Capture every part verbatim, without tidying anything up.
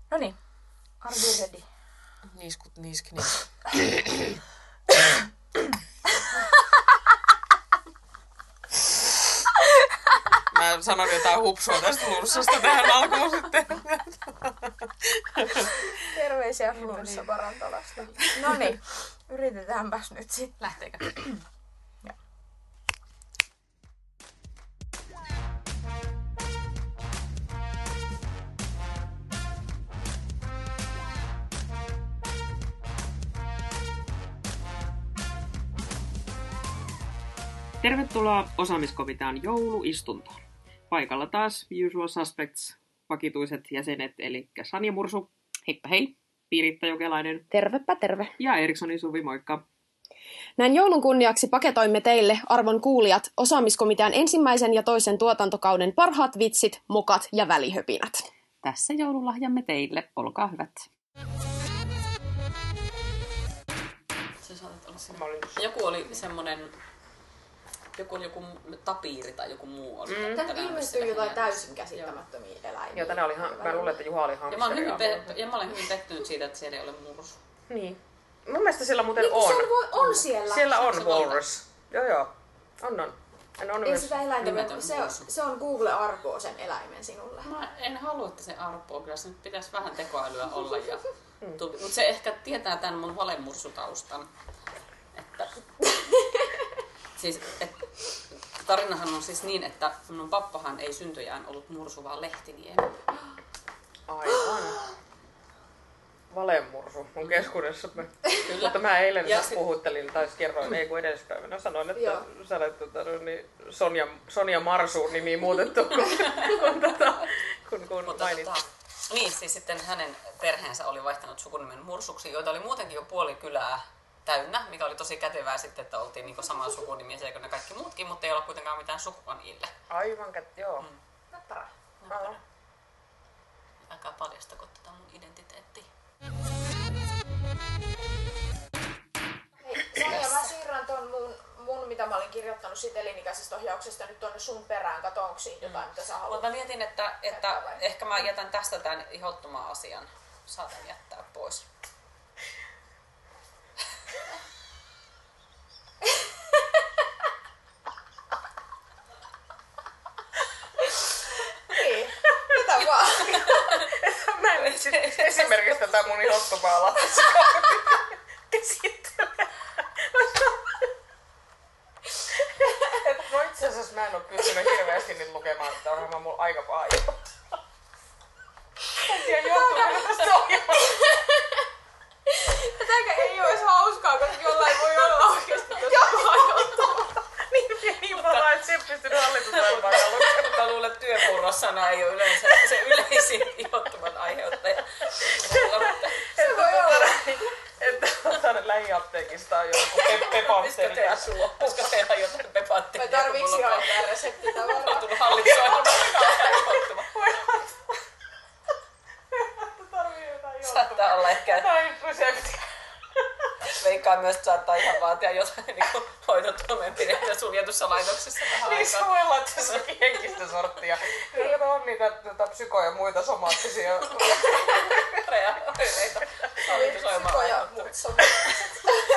Noniin. Are you ready? Niiskut, niisk, niisk. Mä sanon jotain hupsua tästä flunssasta tähän alkuun sitten. Terveisiä flunssaparantolasta. Noniin, yritetäänpäs nyt sitten. Lähteekö? Tervetuloa Osaamiskomitean jouluistuntoon. Paikalla taas usual suspects, vakituiset jäsenet, eli Sanja Mursu, heippa hei, Piritta Jokelainen. Tervepä terve. Ja Erikssoni Suvi, moikka. Näin joulun kunniaksi paketoimme teille, arvon kuulijat, Osaamiskomitean ensimmäisen ja toisen tuotantokauden parhaat vitsit, mokat ja välihöpinät. Tässä joululahjamme teille, olkaa hyvät. Se saatat olla siinä. Joku oli semmonen... Joku oli joku tapiiri tai joku muu. Oli mm. Tänne ilmestyy jotain täysin käsittämättömiä eläimiä. Joo, tänne oli, mä luulen, että Juha oli hamsteri. Ja mä olen hyvin, pe- ja mä olen hyvin pettynyt siitä, että siellä ei ole mursu. Niin. Mun mielestä siellä muuten niin, on. Siellä voi, on siellä. Siellä on walrus. Joo joo. On on. En on ei myös... sitä eläintä, se, on, se on Google arpoo sen eläimen sinulle. Mä en halua, että se arpoo. Kyllä se nyt pitäisi vähän tekoälyä olla. Ja... mm. Mutta se ehkä tietää tämän mun valemursutaustan. Että... siis, et... Tarinahan on siis niin, että minun pappahan ei syntyjään ollut mursu, vaan lehtiniemi. Aivan. Valemursu mun keskuudessa. Mutta mä eilen ja sit... puhuttelin, tai kerroin, ei kun edellispäivänä sanoin, että joo. Sä olet tuota, niin Sonja, Sonja Marsuun nimi muutettu, kun, kun, tota, kun, kun Mutta, mainit. Tota, niin, siis sitten hänen perheensä oli vaihtanut sukunimen Mursuksi, joita oli muutenkin jo puoli kylää täynnä, mikä oli tosi kätevää sitten, että oltiin niinku saman sukunimiä kuin ne kaikki muutkin, mutta ei olla kuitenkaan mitään sukua niille. Aivan, joo. Mm. Näppärä. Näppärä. Älkää paljastako tätä mun identiteettiä. Hei, Sonja, mä siirrän ton mun, mun, mitä mä olin kirjoittanut siitä elinikäisestä ohjauksesta nyt tonne sun perään. Kato, onko siinä jotain, mm. mitä sä haluat. Mutta mä mietin, että, että ehkä mä jätän tästä tämän ihottuma-asian. Saatan jättää pois. Mä en nyt esimerkiksi tätä mun ihottumaa lapsi käsittele. No itse asiassa mä en oo pystynyt hirveästi nyt lukemaan tätä ohjelmaa, mulla aika paha ihottaa. En tiedä, johtuuko tästä ohjelmasta. Tätäkään ei ois hauskaa, koska jollain voi olla oikeesti tosi paha ihottumaa. Niin, niin paha, et se ei pystynyt hallitusohjelmaa lukemaan. Mutta luulen, että työvuorossana ei ole yleensä se yleisin ihottuman aiheuttaja. Se voi olla. Että otan lähiapteekista on joku pepanteri. Koska teillä on jotain pepantteria. Vai tarviiks ihan mitään reseptitavaraa? Mulla on tullut hallitusohjelmaa ihottuma. Tarvii jotain ihottumaa. Saattaa olla ehkä... Tai resepti. Veikkaan myös, että saattaa ihan vaatia jotain niin hoitotoimenpiteitä suljetussa laitoksessa vähän niin se voi olla, että se on henkistä sorttia. Kyllä on niitä tuota, psyko- ja muita somaattisia reaoireita. Psyko- ja muut somaattiset.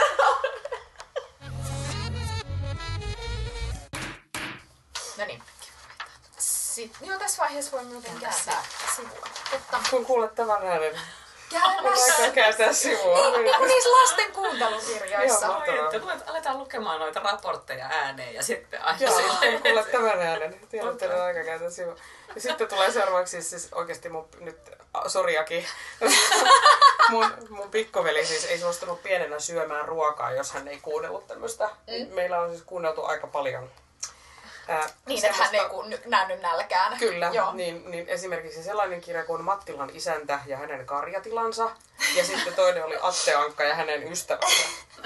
Noniin. Sitten, joo, tässä vaiheessa voi muuten kääntää sivua. Totta. Kun kuulet tämän äänen. Käännässä. On kääntää sivua. Niin kuin niissä lasten kuuntelukirjoissa. Joo, aletaan lukemaan noita raportteja ääneen ja sitten aina joo, silleen. kuulet tämän äänen. Tiedätte, on aika kääntää sivua. Ja sitten tulee seuraavaksi siis oikeesti mun nyt, soriakin, mun, mun pikkoveli siis ei suostunut pienenä syömään ruokaa, jos hän ei kuunnellut tämmöstä. Mm. Meillä on siis kuunneltu aika paljon. Ää, niin, että hän ei ku, nähnyt nälkään. Kyllä, niin, niin esimerkiksi sellainen kirja kuin Mattilan isäntä ja hänen karjatilansa. Ja sitten toinen oli Atte Ankka ja hänen ystävänsä.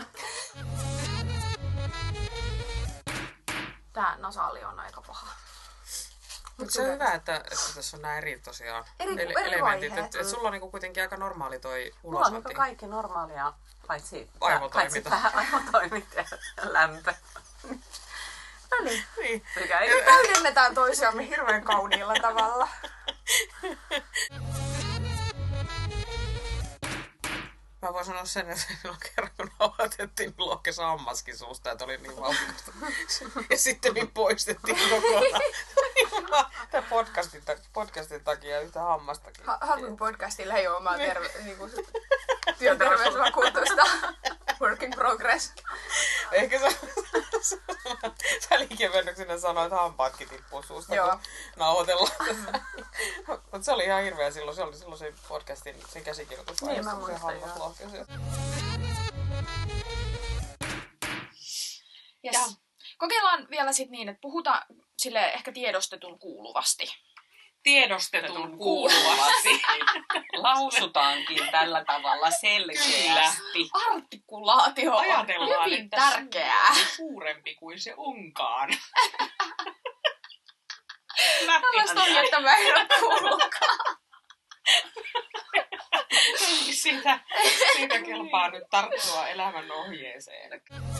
Tää nasaali on aika paha. Mutta se on hyvä, että, että tässä on nämä eri tosiaan eri, ele- eri elementit. Että et sulla on niinku kuitenkin aika normaali toi ulosanti. Mulla on kaikki normaalia, paitsi, aivotoiminta. paitsi vähän aivotoiminta ja lämpö. No niin. Niin. Me täydennetään toisiamme hirveän kauniilla tavalla. Mä voin sanoa sen, että silloin kerran kun aloitettiin, niin lohkesi hammaskin suusta, että oli niin vauhkasta. Ja sitten niin poistettiin kokonaan. Tämän podcastin, podcastin takia yhtä hammastakin. Ha- Halloween podcastilla ei ole omaa terve- niinku, työterveysvakuutusta. Work in progress. Ehkä sä välikevennyksenä sanoit, että hampaatkin tippuu suusta, Joo. kun nauhoitellaan. Mutta se oli ihan hirveä silloin. Se oli silloin se podcastin, sen käsikirjoitus. Niin, mä se muistan, hammas joo. lohkesi. Yes. Kokeillaan vielä sit niin, että puhutaan sille ehkä tiedostetun kuuluvasti. Tiedostetun kuuluvasti. Lausutaankin tällä tavalla selkeästi. Artikulaatio on Ajatellaan, hyvin että tärkeää. se on suurempi kuin se onkaan. Tällaista on, että mä en ole kuullutkaan. Siitä, siitä kelpaa nyt tarttua elämän ohjeeseen.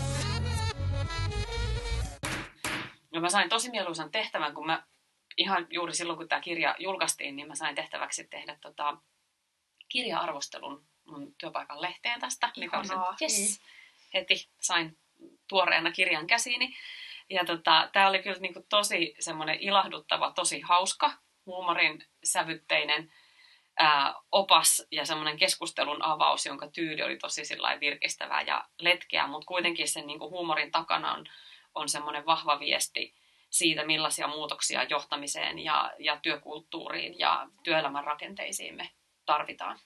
No mä sain tosi mieluisan tehtävän, kun mä ihan juuri silloin, kun tämä kirja julkaistiin, niin mä sain tehtäväksi tehdä tota, kirja-arvostelun mun työpaikan lehteen tästä. Mikä oli se, Ihanaa. yes, heti sain tuoreena kirjan käsiini. Ja tota, tää oli kyllä niinku tosi semmoinen ilahduttava, tosi hauska, huumorin sävytteinen ää, opas ja semmoinen keskustelun avaus, jonka tyyli oli tosi sillai virkistävää ja letkeä, mutta kuitenkin sen niinku huumorin takana on, on semmoinen vahva viesti siitä, millaisia muutoksia johtamiseen ja, ja työkulttuuriin ja työelämän rakenteisiin me tarvitaan.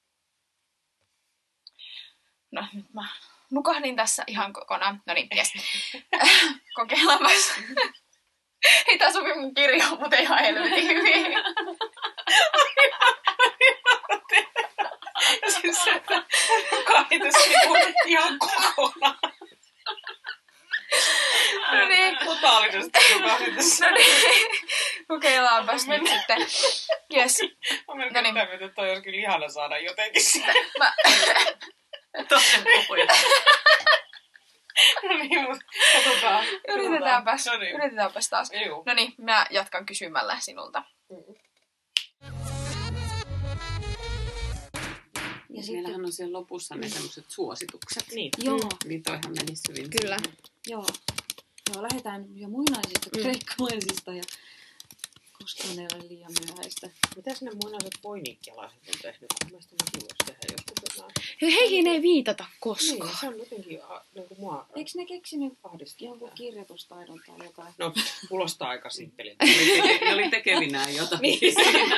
No nyt mä nukahdin tässä ihan kokonaan. No niin, jes. Kokeillaanpas. Ei tää sovi mun kirjoon, mutta ihan helvetin hyvin. Siis se, että nukahdus ihan kokonaan. No niin. Totaalisesti nukahdus. No niin. Kokeillaanpas nyt sitten. Jes. Mä melkein No niin. sitä mieltä, että toi olisi kyllä ihana saada jotenkin sitä. Mä... Toinen puhuja. No niin, mutta katsotaan. Yritetäänpäs. No niin. Yritetäänpäs taas. Juu. No niin, mä jatkan kysymällä sinulta. Ja meillähän on siellä lopussa ne semmoiset suositukset. Niin. Joo, Niin toihan menisi hyvin. kyllä. Joo. Joo, lähdetään jo muinaisista Mm. kreikkalaisista ja koskaan ei ole liian myöhäistä. Mitä sinne muinaiset voinikkelaiset on tehnyt? Mielestäni mä kuulosti tehdä joskus jotain. Heihin ei viitata koskaan. Niin, se on jotenkin a, niin kuin mua Eikö ne keksinyt ahdistaa. jonkun kirjoitustaidon tai jotain? No, kuulostaa aika simppeliltä. Ne oli, teke, ne oli tekevinään jotain. Niin.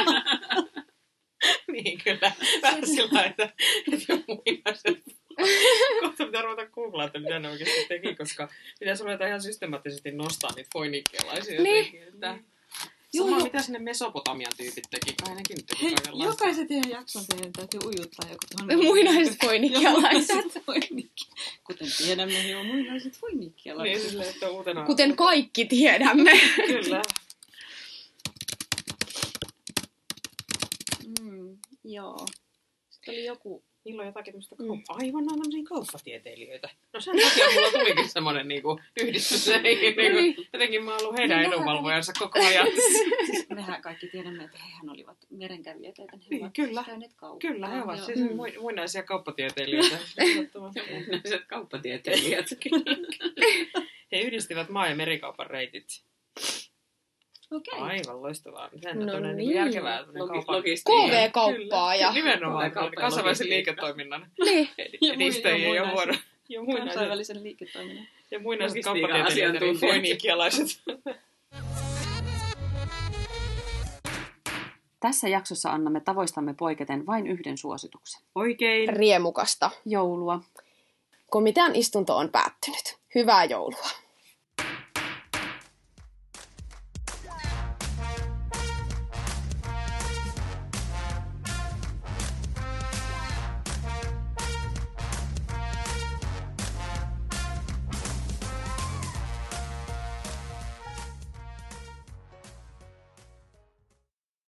Niin, kyllä. Vähän sillä että, että muinaiset. Kohta pitää ruveta googlaa, että mitä ne oikeasti teki, koska pitäisi ruveta ihan systemaattisesti nostaa niitä foinikialaisia. Niin. Että... Joo, Sama, joo. mitä sinne Mesopotamian tyypit teki, kai nekin nyt teki Hei, kaikenlaista. jokaisen teidän jakson teidän täytyy ujuttaa joku tuonne. Muinaiset foinikialaiset. Kuten tiedämme, he on muinaiset Niin, foinikialaiset. silleen, että uutena... Kuten kaikki tiedämme. Kyllä. Mm, joo. Sitten oli joku... Niillä on jotakin tämmöistä kauppa... Aivan, nämä on tämmöisiä kauppatieteilijöitä. No sen takia mulla tulikin semmoinen niinku yhdistys. Niinku, jotenkin mä oon ollut heidän edunvalvojansa koko ajan. Siis mehän kaikki tiedämme, että hehän olivat merenkävijöitä, joten he Niin, ovat kyllä. käyneet kauppaa. Kyllä, he ovat Joo. siis mu- muinaisia kauppatieteilijöitä. Muinaiset kauppatieteilijät. He yhdistivät maa- ja merikaupan reitit. Okei. Aivan loistavaa. Sehän on No tämmöinen niin. järkevää. Logi- K logistiikka. V-kauppaa ja... Nimenomaan. Kauppa ja Kansainvälisen logistiikka. liiketoiminnan Niin. Ja edistäjiä ja muinaiset- vuoro. Ja muinaiset, Kansainvälisen liiketoiminnan. ja muinaiset Logistiikan kauppatieteilijöitä, eli asiantuntijat. foinikialaiset. Tässä jaksossa annamme tavoistamme poiketen vain yhden suosituksen. Oikein. Riemukasta. Joulua. Komitean istunto on päättynyt. Hyvää joulua.